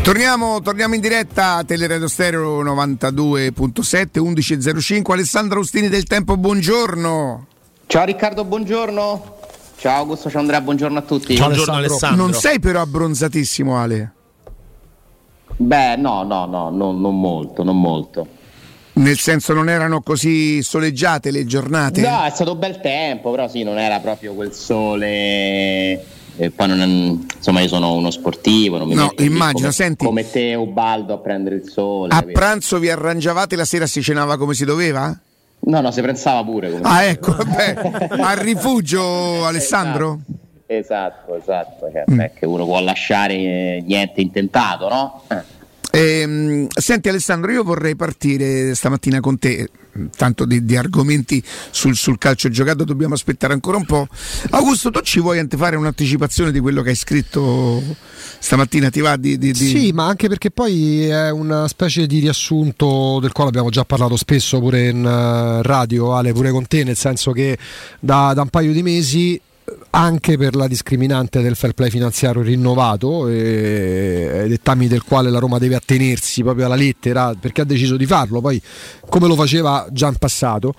Torniamo in diretta a Teleradio Stereo 92.7, 11.05. Alessandro Austini del Tempo, buongiorno. Ciao Riccardo, buongiorno. Ciao Augusto, ciao Andrea, buongiorno a tutti. Ciao Alessandro. Non sei però abbronzatissimo, Ale? Beh, no, non molto. Nel senso, non erano così soleggiate le giornate? No, è stato bel tempo, però sì, non era proprio quel sole. E poi insomma, io sono uno sportivo, non mi metto immagino, senti, come te Ubaldo a prendere il sole. A pranzo vi arrangiavate, la sera si cenava come si doveva? No, si pranzava pure come ecco, vabbè. Al rifugio, Alessandro? Esatto, cioè, che uno può lasciare niente intentato, no? Senti Alessandro, io vorrei partire stamattina con te, tanto di argomenti sul calcio giocato dobbiamo aspettare ancora un po'. Augusto, tu ci vuoi fare un'anticipazione di quello che hai scritto stamattina, ti va? Sì, ma anche perché poi è una specie di riassunto del quale abbiamo già parlato spesso pure in radio, Ale, pure con te, nel senso che da un paio di mesi, anche per la discriminante del fair play finanziario rinnovato, dettami del quale la Roma deve attenersi proprio alla lettera, perché ha deciso di farlo, poi come lo faceva già in passato,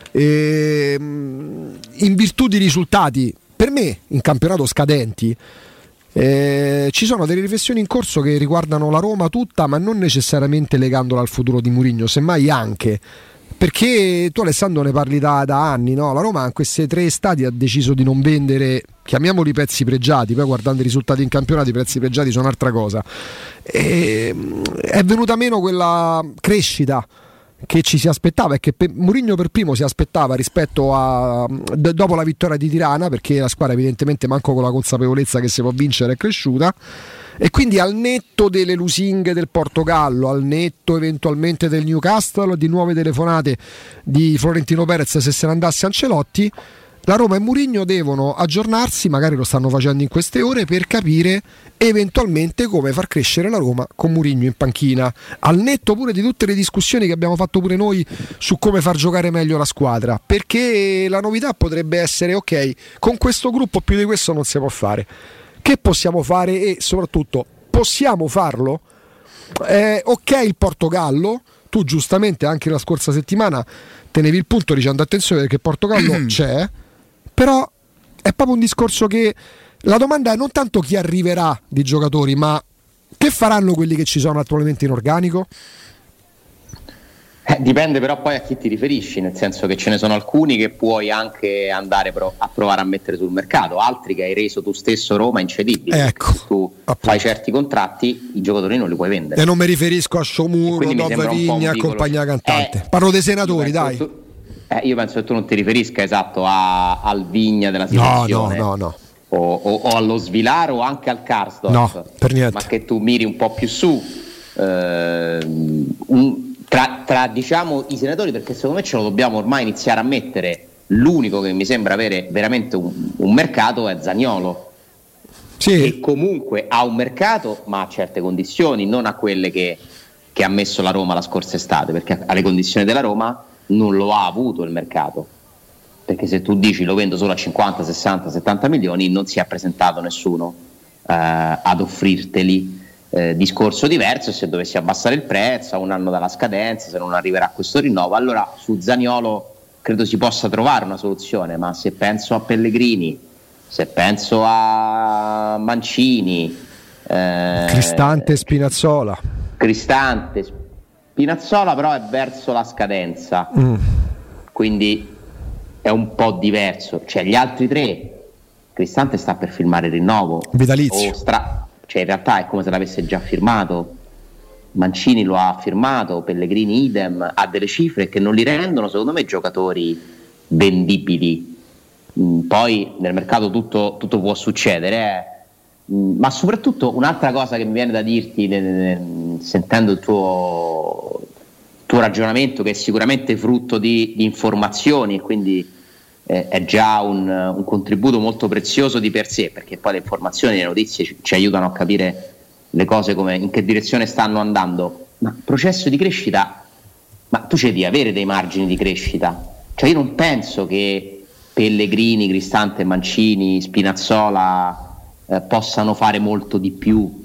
in virtù di risultati per me in campionato scadenti. Ci sono delle riflessioni in corso che riguardano la Roma tutta, ma non necessariamente legandola al futuro di Mourinho, semmai anche perché tu, Alessandro, ne parli da anni, no? La Roma in queste 3 estati ha deciso di non vendere, chiamiamoli pezzi pregiati, poi guardando i risultati in campionato i prezzi pregiati sono un'altra cosa. È venuta meno quella crescita che ci si aspettava e che Mourinho per primo si aspettava rispetto a dopo la vittoria di Tirana, perché la squadra evidentemente manco con la consapevolezza che si può vincere è cresciuta, e quindi al netto delle lusinghe del Portogallo, al netto eventualmente del Newcastle, di nuove telefonate di Florentino Perez se ne andasse Ancelotti, la Roma e Mourinho devono aggiornarsi, magari lo stanno facendo in queste ore, per capire eventualmente come far crescere la Roma con Mourinho in panchina, al netto pure di tutte le discussioni che abbiamo fatto pure noi su come far giocare meglio la squadra, perché la novità potrebbe essere: ok, con questo gruppo più di questo non si può fare, che possiamo fare e soprattutto possiamo farlo? Ok, il Portogallo, tu giustamente anche la scorsa settimana tenevi il punto dicendo attenzione perché il Portogallo c'è, però è proprio un discorso che la domanda è non tanto chi arriverà di giocatori, ma che faranno quelli che ci sono attualmente in organico? Dipende però poi a chi ti riferisci, nel senso che ce ne sono alcuni che puoi anche andare a provare a mettere sul mercato, altri che hai reso tu stesso Roma incedibili. Ecco, se tu fai certi contratti, i giocatori non li puoi vendere. E non mi riferisco a Sciomuro, Dove Vigna e compagnia cantante. Parlo dei senatori, dai. Io penso che tu non ti riferisca al Vigna della situazione. No. O allo Svilaro o anche al Karsdorp. No, per niente. Ma che tu miri un po' più su. Tra diciamo i senatori, perché secondo me ce lo dobbiamo ormai iniziare a mettere, l'unico che mi sembra avere veramente un mercato è Zaniolo, sì. Che comunque ha un mercato ma a certe condizioni, non a quelle che ha messo la Roma la scorsa estate, perché alle condizioni della Roma non lo ha avuto il mercato, perché se tu dici lo vendo solo a 50, 60, 70 milioni non si è presentato nessuno ad offrirteli. Discorso diverso se dovessi abbassare il prezzo a un anno dalla scadenza, se non arriverà questo rinnovo, allora su Zaniolo credo si possa trovare una soluzione, ma se penso a Pellegrini, se penso a Mancini, Cristante, Spinazzola però è verso la scadenza, quindi è un po' diverso, cioè gli altri 3, Cristante sta per firmare il rinnovo vitalizio, cioè in realtà è come se l'avesse già firmato. Mancini lo ha firmato, Pellegrini idem, ha delle cifre che non li rendono secondo me giocatori vendibili. Poi nel mercato tutto può succedere, ma soprattutto un'altra cosa che mi viene da dirti sentendo il tuo ragionamento, che è sicuramente frutto di informazioni e quindi è già un contributo molto prezioso di per sé, perché poi le informazioni e le notizie ci aiutano a capire le cose in che direzione stanno andando. Ma processo di crescita, ma tu ci devi avere dei margini di crescita, cioè io non penso che Pellegrini, Cristante, Mancini, Spinazzola possano fare molto di più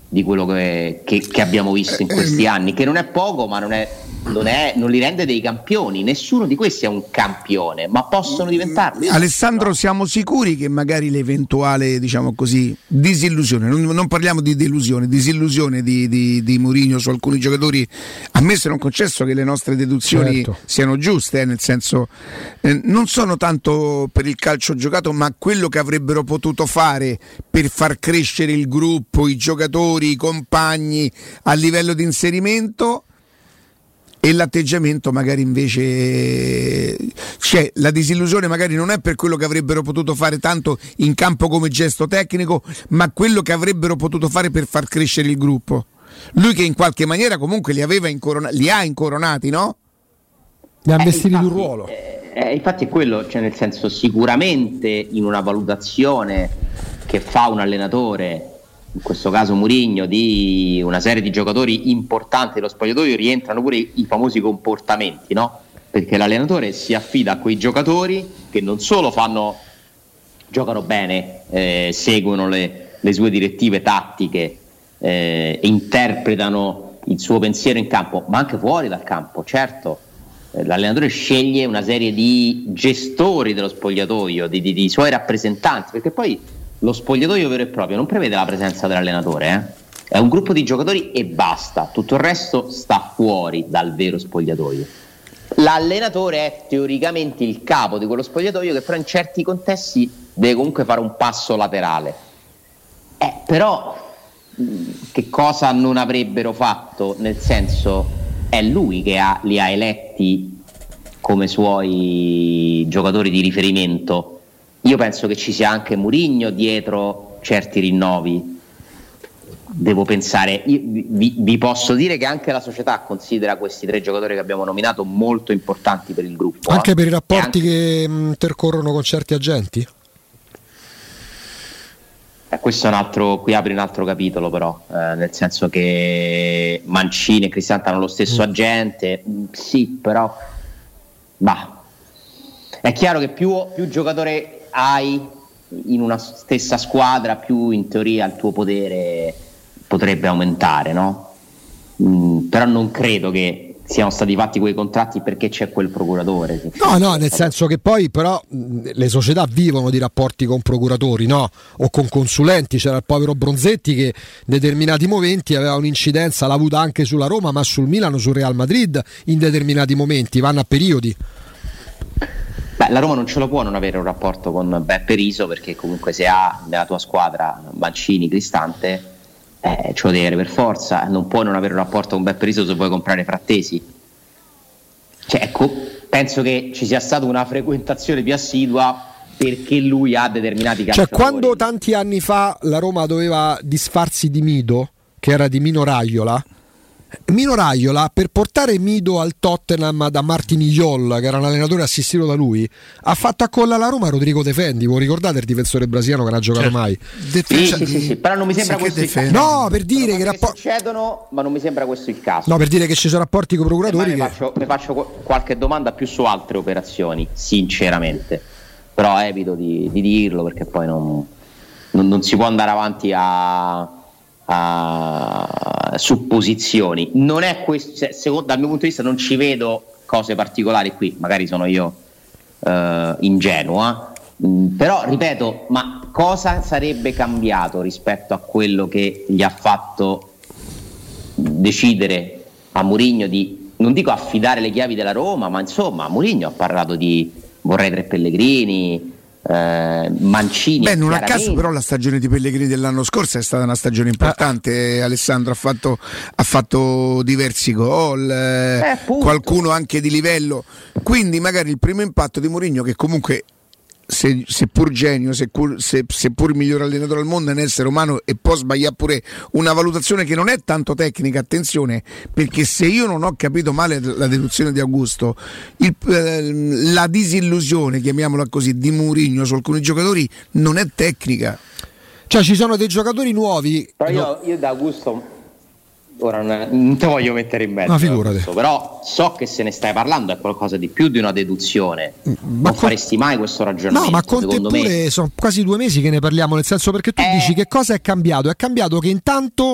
di quello che abbiamo visto in questi anni, che non è poco, ma non li rende dei campioni. Nessuno di questi è un campione, ma possono diventarlo. Alessandro, siamo sicuri che magari l'eventuale, diciamo così, disillusione, non parliamo di delusione, disillusione di Mourinho su alcuni giocatori, ammesso e non concesso che le nostre deduzioni siano giuste, nel senso, non sono tanto per il calcio giocato, ma quello che avrebbero potuto fare per far crescere il gruppo, i giocatori, i compagni a livello di inserimento, e l'atteggiamento magari invece, cioè la disillusione magari non è per quello che avrebbero potuto fare tanto in campo come gesto tecnico, ma quello che avrebbero potuto fare per far crescere il gruppo. Lui che in qualche maniera comunque li ha incoronati, no? Li ha investiti di un ruolo. Infatti è quello, cioè nel senso, sicuramente in una valutazione che fa un allenatore, in questo caso Mourinho, di una serie di giocatori importanti dello spogliatoio, rientrano pure i famosi comportamenti, no? Perché l'allenatore si affida a quei giocatori che non solo giocano bene, seguono le sue direttive tattiche, interpretano il suo pensiero in campo, ma anche fuori dal campo. Certo, l'allenatore sceglie una serie di gestori dello spogliatoio, di suoi rappresentanti, perché poi lo spogliatoio vero e proprio non prevede la presenza dell'allenatore, è un gruppo di giocatori e basta, tutto il resto sta fuori dal vero spogliatoio. L'allenatore è teoricamente il capo di quello spogliatoio, che però in certi contesti deve comunque fare un passo laterale. Però che cosa non avrebbero fatto? Nel senso, è lui che li ha eletti come suoi giocatori di riferimento. Io penso che ci sia anche Mourinho dietro certi rinnovi. Devo pensare, vi posso dire che anche la società considera questi 3 giocatori che abbiamo nominato molto importanti per il gruppo. Anche per i rapporti che intercorrono con certi agenti? Questo è qui apri un altro capitolo, però, nel senso che Mancini e Cristante hanno lo stesso agente, sì, però è chiaro che più giocatore hai in una stessa squadra, più in teoria il tuo potere potrebbe aumentare, no? Però non credo che siano stati fatti quei contratti perché c'è quel procuratore. No, nel senso che poi però le società vivono di rapporti con procuratori, no? O con consulenti. C'era il povero Bronzetti che in determinati momenti aveva un'incidenza, l'ha avuta anche sulla Roma, ma sul Milano, sul Real Madrid in determinati momenti, vanno a periodi. La Roma non ce lo può non avere un rapporto con Beppe Riso, perché comunque se ha nella tua squadra Mancini, Cristante, ce lo deve avere per forza. Non puoi non avere un rapporto con Beppe Riso se vuoi comprare Frattesi. Penso che ci sia stata una frequentazione più assidua perché lui ha determinati calciatori. Quando tanti anni fa la Roma doveva disfarsi di Mido, che era di Mino Raiola, per portare Mido al Tottenham da Martinigliol, che era un allenatore assistito da lui, ha fatto accollare la Roma Rodrigo Defendi. Voi ricordate il difensore brasiliano che non ha giocato mai? Sì, però non mi sembra questo il caso. No, per dire che succedono, ma non mi sembra questo il caso. No, per dire che ci sono rapporti con i procuratori. Mi faccio qualche domanda più su altre operazioni, sinceramente, però evito di dirlo, perché poi non si può andare avanti a supposizioni. Non è questo, dal mio punto di vista non ci vedo cose particolari qui, magari sono io ingenuo, però ripeto, ma cosa sarebbe cambiato rispetto a quello che gli ha fatto decidere a Mourinho di, non dico affidare le chiavi della Roma, ma insomma Mourinho ha parlato di vorrei 3 Pellegrini, Mancini. Non a caso però la stagione di Pellegrini dell'anno scorso è stata una stagione importante. Alessandro ha fatto diversi gol, qualcuno anche di livello, quindi magari il primo impatto di Mourinho, che comunque seppur genio, seppur il miglior allenatore al mondo, è un essere umano e può sbagliare pure una valutazione che non è tanto tecnica, attenzione, perché se io non ho capito male la deduzione di Augusto, la disillusione, chiamiamola così, di Mourinho su alcuni giocatori non è tecnica. Cioè ci sono dei giocatori nuovi. Però io da Augusto ora non te voglio mettere in mezzo, però so che se ne stai parlando, è qualcosa di più di una deduzione. Non faresti mai questo ragionamento? No, ma con te pure sono quasi 2 mesi che ne parliamo, nel senso, perché tu dici che cosa è cambiato? È cambiato che intanto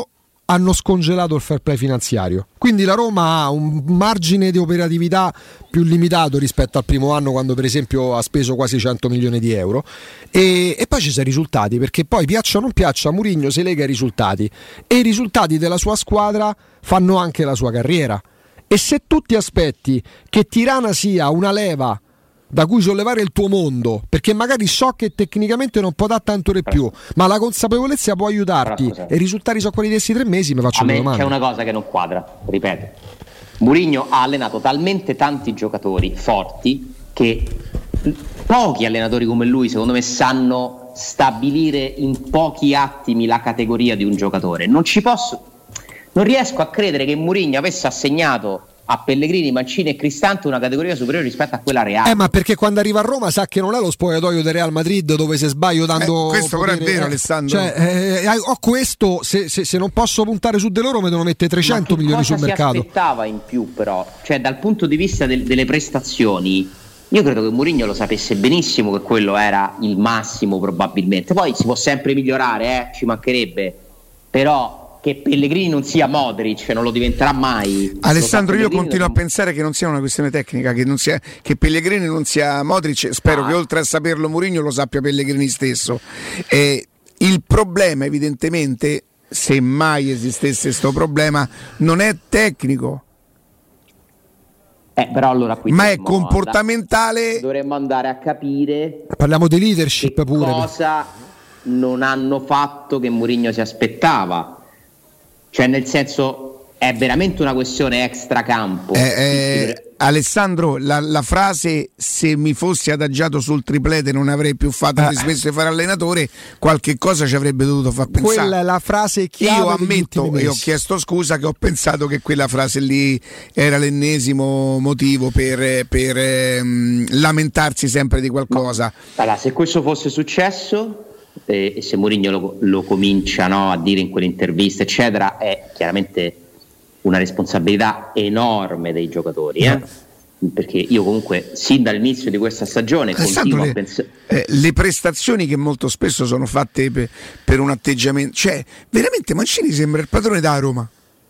hanno scongelato il fair play finanziario, quindi la Roma ha un margine di operatività più limitato rispetto al primo anno, quando per esempio ha speso quasi 100 milioni di euro, e poi ci sono i risultati, perché poi piaccia o non piaccia Mourinho si lega ai risultati, e i risultati della sua squadra fanno anche la sua carriera. E se tu ti aspetti che Tirana sia una leva da cui sollevare il tuo mondo, perché magari so che tecnicamente non può dare tanto di più, ma la consapevolezza può aiutarti, e i risultati sono quelli di questi 3 mesi, mi faccio una domanda. C'è una cosa che non quadra, ripeto. Mourinho ha allenato talmente tanti giocatori forti che pochi allenatori come lui, secondo me, sanno stabilire in pochi attimi la categoria di un giocatore. Non riesco a credere che Mourinho avesse assegnato a Pellegrini, Mancini e Cristante una categoria superiore rispetto a quella reale. Ma perché quando arriva a Roma sa che non è lo spogliatoio del Real Madrid, dove se sbaglio dando questo potere, però è vero, Alessandro. Ho questo, se non posso puntare su di loro mi devono mettere 300 milioni sul mercato. Si aspettava in più, però, cioè dal punto di vista delle prestazioni, io credo che Mourinho lo sapesse benissimo che quello era il massimo probabilmente. Poi si può sempre migliorare, ci mancherebbe, però che Pellegrini non sia Modric, non lo diventerà mai. Alessandro, io continuo a pensare che non sia una questione tecnica, che Pellegrini non sia Modric. Spero che oltre a saperlo Mourinho lo sappia Pellegrini stesso. Il problema, evidentemente, se mai esistesse questo problema, non è tecnico. Però allora qui ma è comportamentale. Dovremmo andare a capire. Parliamo di leadership pure. Cosa non hanno fatto che Mourinho si aspettava. Cioè, nel senso, è veramente una questione extracampo. Alessandro, la frase "se mi fossi adagiato sul triplete non avrei più fatto smesso di fare allenatore", qualche cosa ci avrebbe dovuto far pensare. Quella è la frase chiave. Io ammetto e ho chiesto scusa che ho pensato che quella frase lì era l'ennesimo motivo per lamentarsi sempre di qualcosa. Allora, se questo fosse successo, e se Mourinho lo comincia a dire in quell'intervista eccetera, è chiaramente una responsabilità enorme dei giocatori, perché io comunque sin dall'inizio di questa stagione continuo a pensare le prestazioni che molto spesso sono fatte per un atteggiamento, cioè veramente Mancini sembra il padrone da Roma.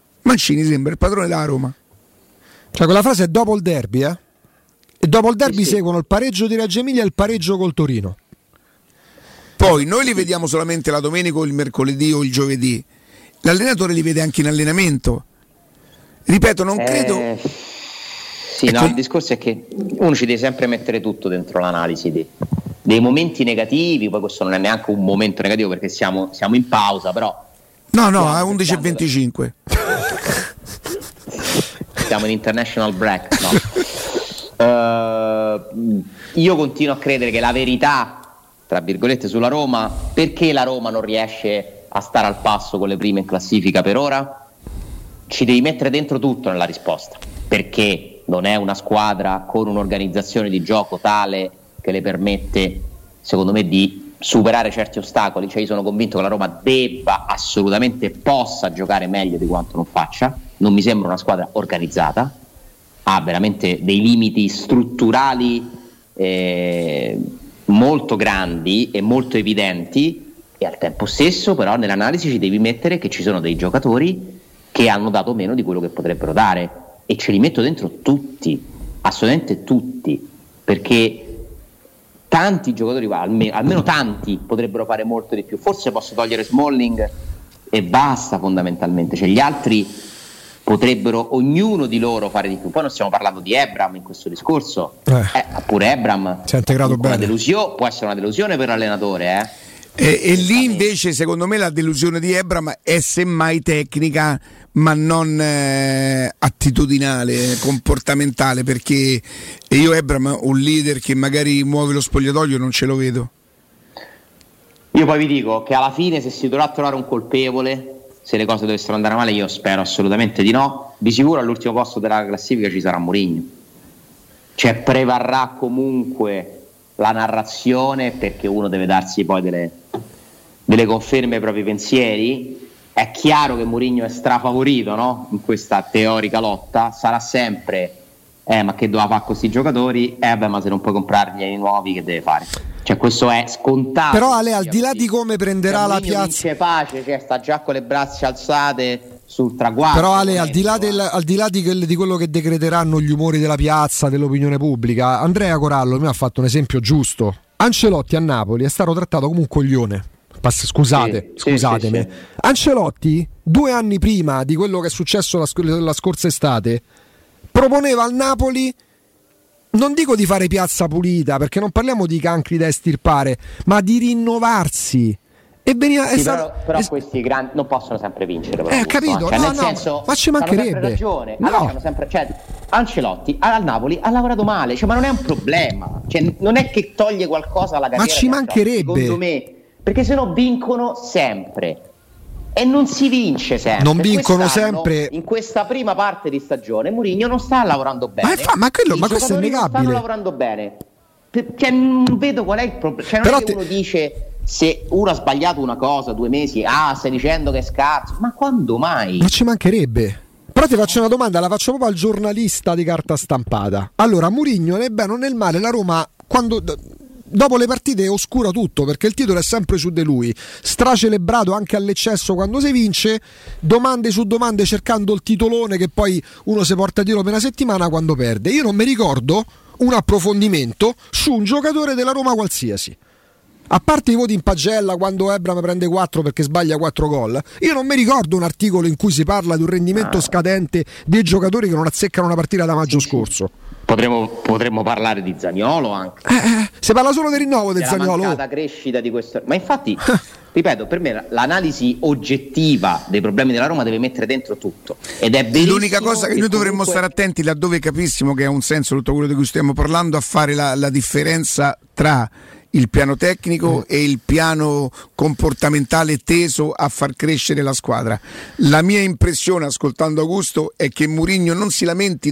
Cioè quella frase è dopo il derby, e dopo il derby seguono il pareggio di Reggio Emilia e il pareggio col Torino. Poi noi li vediamo solamente la domenica o il mercoledì o il giovedì. L'allenatore li vede anche in allenamento. Ripeto, non credo. Il discorso è che uno ci deve sempre mettere tutto dentro l'analisi dei momenti negativi. Poi questo non è neanche un momento negativo perché siamo in pausa, però. No, a 11:25. Siamo in international break. Io continuo a credere che la verità, tra virgolette, sulla Roma, perché la Roma non riesce a stare al passo con le prime in classifica per ora, ci devi mettere dentro tutto nella risposta, perché non è una squadra con un'organizzazione di gioco tale che le permette, secondo me, di superare certi ostacoli. Cioè io sono convinto che la Roma possa giocare meglio di quanto non faccia. Non mi sembra una squadra organizzata, ha veramente dei limiti strutturali molto grandi e molto evidenti, e al tempo stesso però nell'analisi ci devi mettere che ci sono dei giocatori che hanno dato meno di quello che potrebbero dare, e ce li metto dentro tutti, assolutamente tutti, perché tanti giocatori, almeno tanti, potrebbero fare molto di più. Forse posso togliere Smalling e basta, fondamentalmente, cioè gli altri potrebbero ognuno di loro fare di più. Poi non stiamo parlando di Ebram in questo discorso, pure Ebram si è integrato bene. Può essere una delusione per l'allenatore, E lì invece secondo me la delusione di Ebram è semmai tecnica, ma non attitudinale, comportamentale, perché io Ebram, un leader che magari muove lo spogliatoio, non ce lo vedo. Io poi vi dico che alla fine, se si dovrà trovare un colpevole, se le cose dovessero andare male, io spero assolutamente di no, di sicuro all'ultimo posto della classifica ci sarà Mourinho, cioè prevarrà comunque la narrazione, perché uno deve darsi poi delle conferme ai propri pensieri. È chiaro che Mourinho è strafavorito, in questa teorica lotta, sarà sempre ma che doveva fare con questi giocatori? Ma se non puoi comprargli i nuovi, che deve fare? Cioè questo è scontato. Però Ale, al di là di come prenderà la piazza, vince pace, cioè sta già con le braccia alzate sul traguardo. Però Ale, al di là di quello che decreteranno gli umori della piazza, dell'opinione pubblica, Andrea Corallo mi ha fatto un esempio giusto. Ancelotti a Napoli è stato trattato come un coglione. Scusatemi. Sì. Ancelotti 2 anni prima di quello che è successo la scorsa estate proponeva al Napoli, non dico di fare piazza pulita, perché non parliamo di cancri da estirpare, ma di rinnovarsi. E veniva, però questi grandi non possono sempre vincere. Capito? Cioè, nel senso, ma ci mancherebbe. Ragione. Allora, Ancelotti al Napoli ha lavorato male, cioè, ma non è un problema. Cioè, non è che toglie qualcosa alla carriera. Ma ci mancherebbe. Secondo me, perché se no vincono sempre. E non si vince sempre. Non vincono sempre. In questa prima parte di stagione Mourinho non sta lavorando bene. Ma questo è innegabile. Non stanno lavorando bene. Cioè, non vedo qual è il problema. Cioè, non è che uno dice, se uno ha sbagliato una cosa 2 mesi, stai dicendo che è scarso. Ma quando mai? Ma ci mancherebbe. Però ti faccio una domanda, la faccio proprio al giornalista di carta stampata. Allora, Mourinho, nel bene o nel male, la Roma, quando dopo le partite oscura tutto, perché il titolo è sempre su di lui, stracelebrato anche all'eccesso quando si vince, domande su domande cercando il titolone che poi uno si porta dietro per una settimana quando perde. Io non mi ricordo un approfondimento su un giocatore della Roma qualsiasi, a parte i voti in pagella quando Ebram prende 4 perché sbaglia 4 gol. Io non mi ricordo un articolo in cui si parla di un rendimento scadente dei giocatori che non azzeccano una partita da maggio scorso. Potremmo parlare di Zaniolo anche. Si parla solo del rinnovo del Zaniolo. La mancata crescita di questo. Ma infatti, ripeto, per me l'analisi oggettiva dei problemi della Roma deve mettere dentro tutto. Ed è verissimo. L'unica cosa che noi dovremmo stare attenti, laddove capissimo che ha un senso tutto quello di cui stiamo parlando, a fare la differenza tra il piano tecnico e il piano comportamentale teso a far crescere la squadra. La mia impressione, ascoltando Augusto, è che Mourinho non si lamenti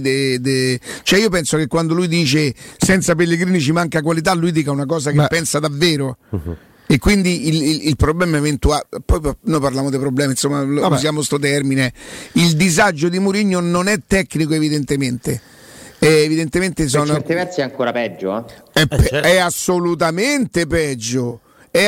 cioè io penso che quando lui dice senza Pellegrini ci manca qualità, lui dica una cosa che pensa davvero. E quindi il problema eventuale, poi noi parliamo dei problemi, insomma, usiamo sto termine, il disagio di Mourinho non è tecnico evidentemente. Evidentemente sono, per certi versi è ancora peggio, è assolutamente peggio,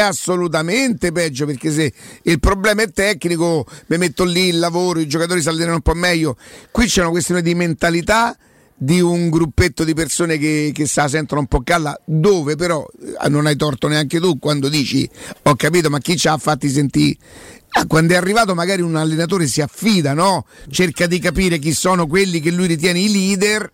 perché se il problema è tecnico mi metto lì il lavoro, i giocatori si allenano un po' meglio. Qui c'è una questione di mentalità di un gruppetto di persone che se la sentono un po' calla, dove però non hai torto neanche tu quando dici ho capito, ma chi ci ha fatti sentire? Quando è arrivato magari un allenatore si affida, no? Cerca di capire chi sono quelli che lui ritiene i leader,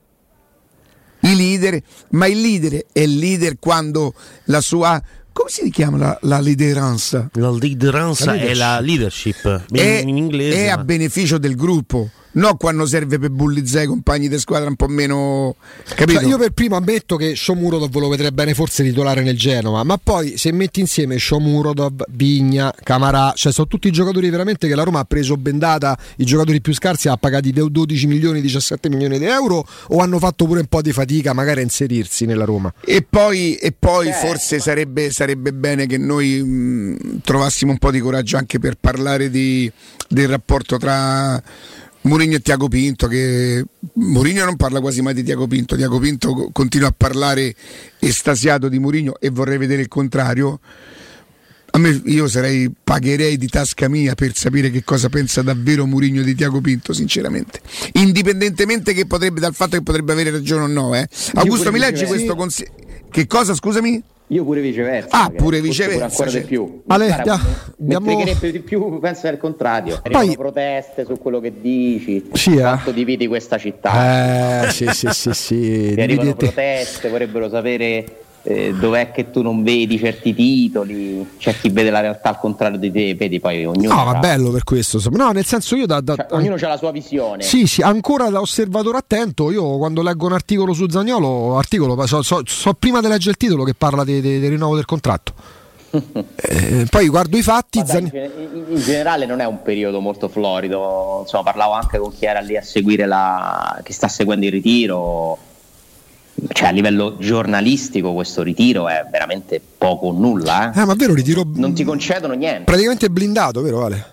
ma il leader è il leader quando la sua, come si chiama la lideranza? La lideranza è la leadership in inglese. È a beneficio del gruppo, no quando serve per bullizzare i compagni di squadra un po' meno, capito? Cioè, io per primo ammetto che Shomurodov lo vedrei bene forse titolare nel Genova, ma poi se metti insieme Shomurodov, Vigna, Camarà, cioè sono tutti giocatori veramente che la Roma ha preso bendata, i giocatori più scarsi ha pagati 12 milioni, 17 milioni di euro, o hanno fatto pure un po' di fatica magari a inserirsi nella Roma. E poi forse sarebbe bene che noi trovassimo un po' di coraggio anche per parlare del rapporto tra Mourinho e Tiago Pinto, che Mourinho non parla quasi mai di Tiago Pinto continua a parlare estasiato di Mourinho e vorrei vedere il contrario. A me, io pagherei di tasca mia per sapere che cosa pensa davvero Mourinho di Tiago Pinto, sinceramente, indipendentemente dal fatto che potrebbe avere ragione o no. Augusto, mi leggi questo consiglio? Che cosa, scusami? Io pure viceversa. Pure viceversa. Ancora di più. Mi fregherebbe di più, penso al contrario. Arrivano proteste su quello che dici. Quanto dividi questa città. Sì. Arrivano proteste, vorrebbero sapere dov'è che tu non vedi certi titoli. C'è chi vede la realtà al contrario di te, vedi poi ognuno. No, ma bello per questo. No, nel senso io cioè, ognuno ha la sua visione. Sì, ancora da osservatore attento. Io quando leggo un articolo su Zaniolo, so prima di leggere il titolo che parla del rinnovo del contratto. Poi guardo i fatti. In generale non è un periodo molto florido. Insomma, parlavo anche con chi era lì a seguire chi sta seguendo il ritiro. Cioè a livello giornalistico questo ritiro è veramente poco o nulla. Ma vero, ritiro non ti concedono niente. Praticamente blindato, vero Ale?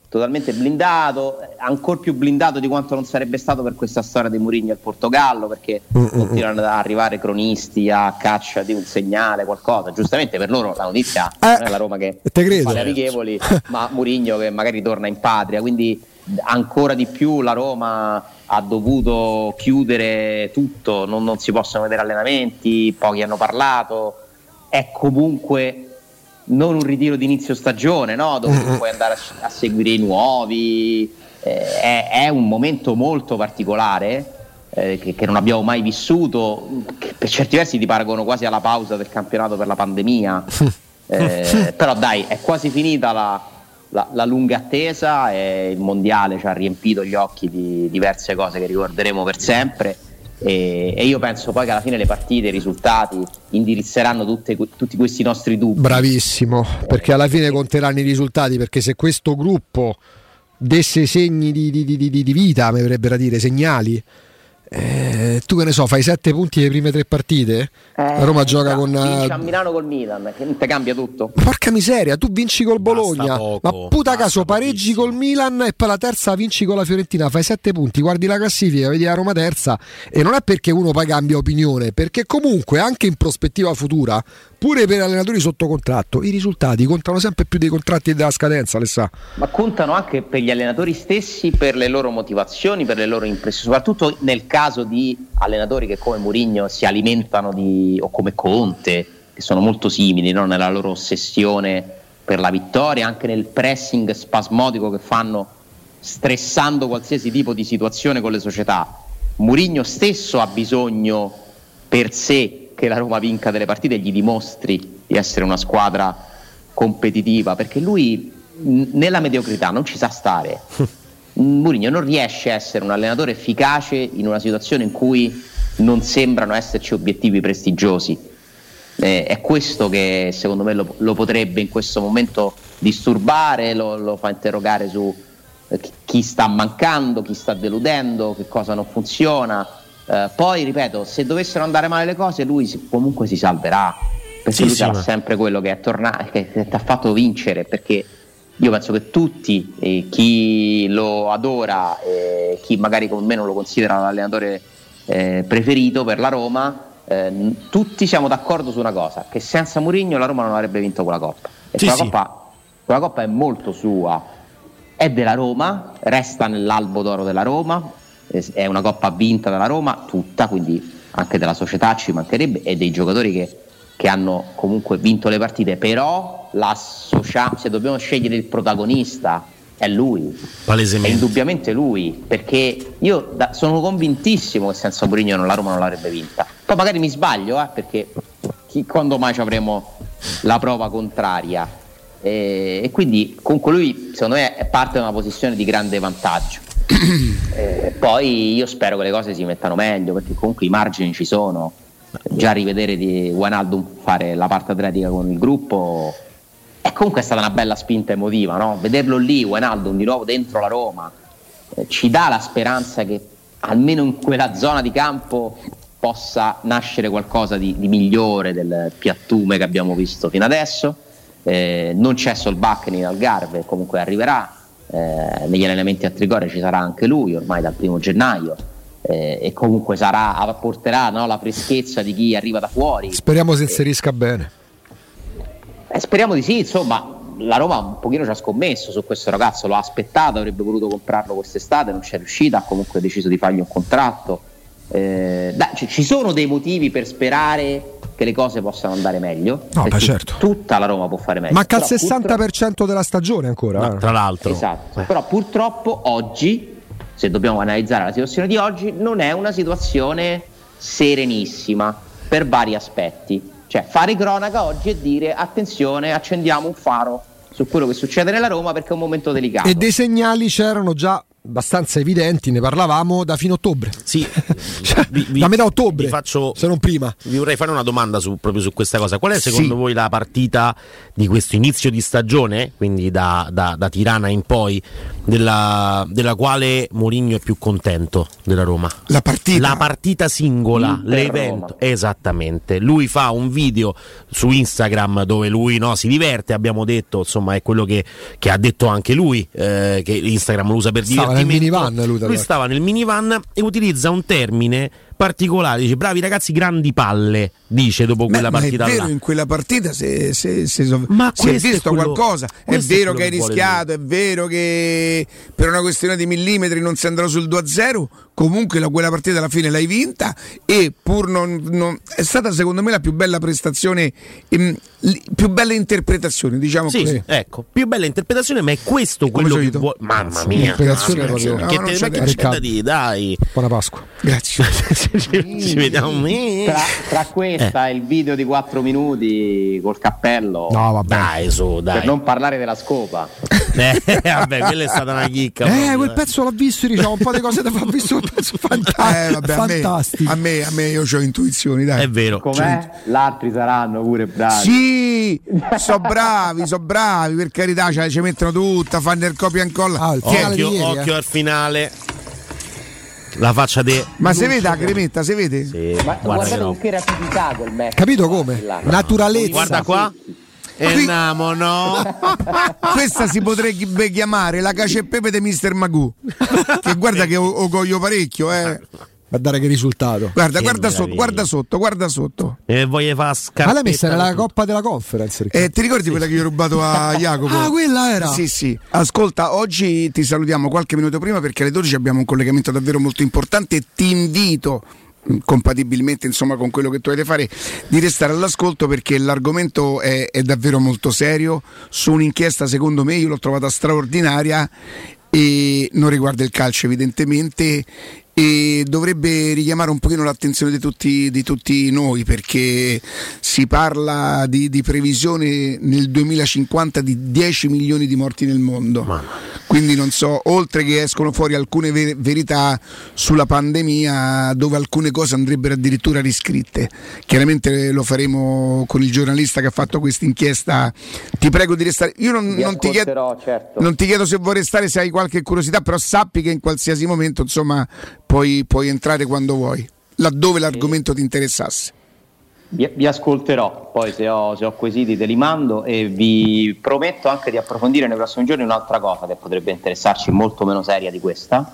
totalmente blindato, ancora più blindato di quanto non sarebbe stato per questa storia di Mourinho al Portogallo, perché continuano ad arrivare cronisti a caccia di un segnale, qualcosa. Giustamente per loro la notizia non è la Roma che fa le amichevoli, ma Mourinho che magari torna in patria, quindi ancora di più la Roma ha dovuto chiudere tutto, non si possono vedere allenamenti, pochi hanno parlato, è comunque non un ritiro di inizio stagione, no? Dove tu puoi andare a seguire i nuovi, è un momento molto particolare che non abbiamo mai vissuto, che per certi versi ti paragono quasi alla pausa del campionato per la pandemia, però dai, è quasi finita la lunga attesa e il mondiale ci ha riempito gli occhi di diverse cose che ricorderemo per sempre. E io penso poi che alla fine le partite, i risultati indirizzeranno tutti questi nostri dubbi. Bravissimo, perché alla fine conteranno i risultati, perché se questo gruppo desse segni di vita, mi verrebbe da dire, segnali, tu che ne so, fai 7 punti le prime 3 partite, la Roma gioca con vince a Milano col Milan, che non ti cambia tutto. Porca miseria, tu vinci col Bologna, ma puta caso pareggi col Milan e poi la terza vinci con la Fiorentina, fai 7 punti, guardi la classifica, vedi la Roma terza, e non è perché uno poi cambia opinione, perché comunque anche in prospettiva futura, pure per allenatori sotto contratto, i risultati contano sempre più dei contratti della scadenza, le sa. Ma contano anche per gli allenatori stessi, per le loro motivazioni, per le loro impressioni, soprattutto nel caso di allenatori che come Mourinho si alimentano o come Conte, che sono molto simili, no? Nella loro ossessione per la vittoria, anche nel pressing spasmodico che fanno, stressando qualsiasi tipo di situazione con le società. Mourinho stesso ha bisogno per sé che la Roma vinca delle partite e gli dimostri di essere una squadra competitiva, perché lui nella mediocrità non ci sa stare. Mourinho non riesce a essere un allenatore efficace in una situazione in cui non sembrano esserci obiettivi prestigiosi. È questo che secondo me lo potrebbe in questo momento disturbare, lo fa interrogare su chi sta mancando, chi sta deludendo, che cosa non funziona. Poi ripeto, se dovessero andare male le cose lui comunque si salverà, perché lui sarà sempre quello che è tornato, che ti ha fatto vincere, perché io penso che tutti, chi lo adora, chi magari come me non lo considera l'allenatore preferito per la Roma, tutti siamo d'accordo su una cosa, che senza Mourinho la Roma non avrebbe vinto quella Coppa, e quella Coppa è molto sua, è della Roma, resta nell'albo d'oro della Roma, è una Coppa vinta dalla Roma tutta, quindi anche della società ci mancherebbe, e dei giocatori che hanno comunque vinto le partite, però se dobbiamo scegliere il protagonista è lui, palesemente. È indubbiamente lui, perché io sono convintissimo che senza Mourinho la Roma non l'avrebbe vinta. Poi magari mi sbaglio, perché quando mai ci avremo la prova contraria, e quindi comunque lui secondo me parte da una posizione di grande vantaggio. Poi io spero che le cose si mettano meglio, perché comunque i margini ci sono. Già rivedere di Wijnaldum fare la parte atletica con il gruppo comunque è stata una bella spinta emotiva, no? Vederlo lì, Wijnaldum di nuovo dentro la Roma, ci dà la speranza che almeno in quella zona di campo possa nascere qualcosa di migliore del piattume che abbiamo visto fino adesso. Non c'è Solbakken in Algarve, comunque arriverà, negli allenamenti a Trigoria ci sarà anche lui ormai dal 1 gennaio, e comunque porterà, no, la freschezza di chi arriva da fuori. Speriamo si inserisca bene. Speriamo di sì, insomma. La Roma un pochino ci ha scommesso su questo ragazzo, lo ha aspettato, avrebbe voluto comprarlo quest'estate, non ci è riuscita, ha comunque deciso di fargli un contratto. Ci sono dei motivi per sperare che le cose possano andare meglio. No, certo. Tutta la Roma può fare meglio. Manca il 60% della stagione ancora. No, tra l'altro. Esatto. Però purtroppo oggi, se dobbiamo analizzare la situazione di oggi, non è una situazione serenissima per vari aspetti. Cioè fare cronaca oggi e dire attenzione, accendiamo un faro su quello che succede nella Roma perché è un momento delicato. E dei segnali c'erano già abbastanza evidenti, ne parlavamo da fine ottobre. Sì, da metà ottobre, se non prima. Vi vorrei fare una domanda proprio su questa cosa. Qual è secondo voi la partita di questo inizio di stagione, quindi da Tirana in poi, della quale Mourinho è più contento della Roma? La partita singola, l'evento. Esattamente. Lui fa un video su Instagram dove lui si diverte, abbiamo detto, insomma, è quello che ha detto anche lui, che Instagram lo usa per divertimento. Lui stava nel minivan e utilizza un termine particolare, dice bravi ragazzi, grandi palle, dice dopo quella partita. Ma è vero, là in quella partita si è visto quello, qualcosa, è vero che hai rischiato, è vero che per una questione di millimetri non si andrà sul 2-0, comunque quella partita alla fine l'hai vinta, e pur non è stata secondo me la più bella prestazione, più bella interpretazione, diciamo così. Ecco, più bella interpretazione, ma è questo quello che vuoi. Mamma mia, dai. Buona Pasqua. Grazie. Ci vediamo. Tra questa e il video di 4 minuti col cappello, no vabbè, dai. Per non parlare della scopa, vabbè, quella è stata una chicca. Quel pezzo l'ho visto, diciamo un po' di cose da far visto, quel pezzo fantastico. A me io ho intuizioni, dai. È vero. Com'è? L'altri saranno pure bravi. Sì, so bravi, per carità, ci mettono tutta, fanno il copia e incolla. Occhio al finale. La faccia de. Ma si vede la cremetta, si vede? Sì, ma guardate con che rapidità quel match. Capito come? Naturalezza. Guarda qua. Questa si potrebbe chiamare la cacio e pepe di Mr. Magoo. Che guarda che o coglio parecchio, Guardare che risultato. Guarda sotto. Voglio fare scarpetta. Ma l'hai messa nella Coppa della Conference? Ti ricordi quella che io ho rubato a Jacopo? Quella era. Sì. Ascolta, oggi ti salutiamo qualche minuto prima perché alle 12 abbiamo un collegamento davvero molto importante e ti invito, compatibilmente insomma con quello che tu hai da fare, di restare all'ascolto perché l'argomento è davvero molto serio, su un'inchiesta secondo me io l'ho trovata straordinaria e non riguarda il calcio evidentemente, e dovrebbe richiamare un pochino l'attenzione di tutti noi, perché si parla di previsione nel 2050 di 10 milioni di morti nel mondo. Quindi non so, oltre che escono fuori alcune verità sulla pandemia dove alcune cose andrebbero addirittura riscritte. Chiaramente lo faremo con il giornalista che ha fatto questa inchiesta. Ti prego di restare. Io non ti chiedo se vuoi restare, se hai qualche curiosità, però sappi che in qualsiasi momento insomma puoi entrare quando vuoi, laddove l'argomento ti interessasse. Vi ascolterò, poi se ho quesiti te li mando, e vi prometto anche di approfondire nei prossimi giorni un'altra cosa che potrebbe interessarci, molto meno seria di questa,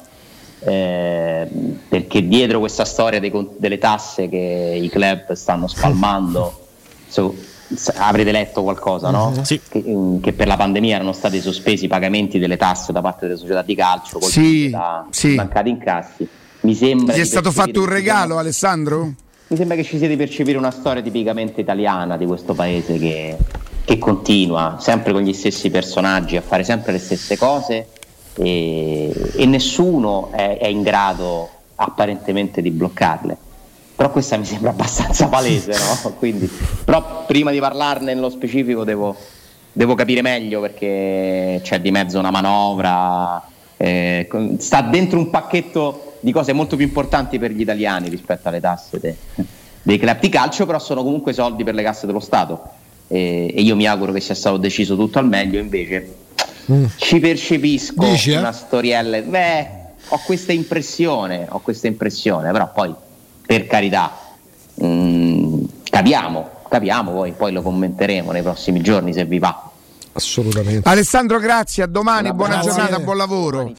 perché dietro questa storia delle tasse che i club stanno spalmando, avrete letto qualcosa, no? Sì. Che per la pandemia erano stati sospesi i pagamenti delle tasse da parte delle società di calcio, mancati incassi. Mi sembra gli è stato fatto un regalo, Alessandro? Mi sembra che ci sia di percepire una storia tipicamente italiana di questo paese che continua sempre con gli stessi personaggi a fare sempre le stesse cose, e nessuno è in grado apparentemente di bloccarle. Però questa mi sembra abbastanza palese, no? Quindi, però prima di parlarne nello specifico devo capire meglio, perché c'è di mezzo una manovra, sta dentro un pacchetto di cose molto più importanti per gli italiani rispetto alle tasse dei club di calcio, però sono comunque soldi per le casse dello Stato, e io mi auguro che sia stato deciso tutto al meglio. Invece ci percepisco una storiella, ho questa impressione, però poi per carità capiamo, poi lo commenteremo nei prossimi giorni se vi va. Assolutamente. Alessandro, grazie, a domani, buona giornata, buon lavoro.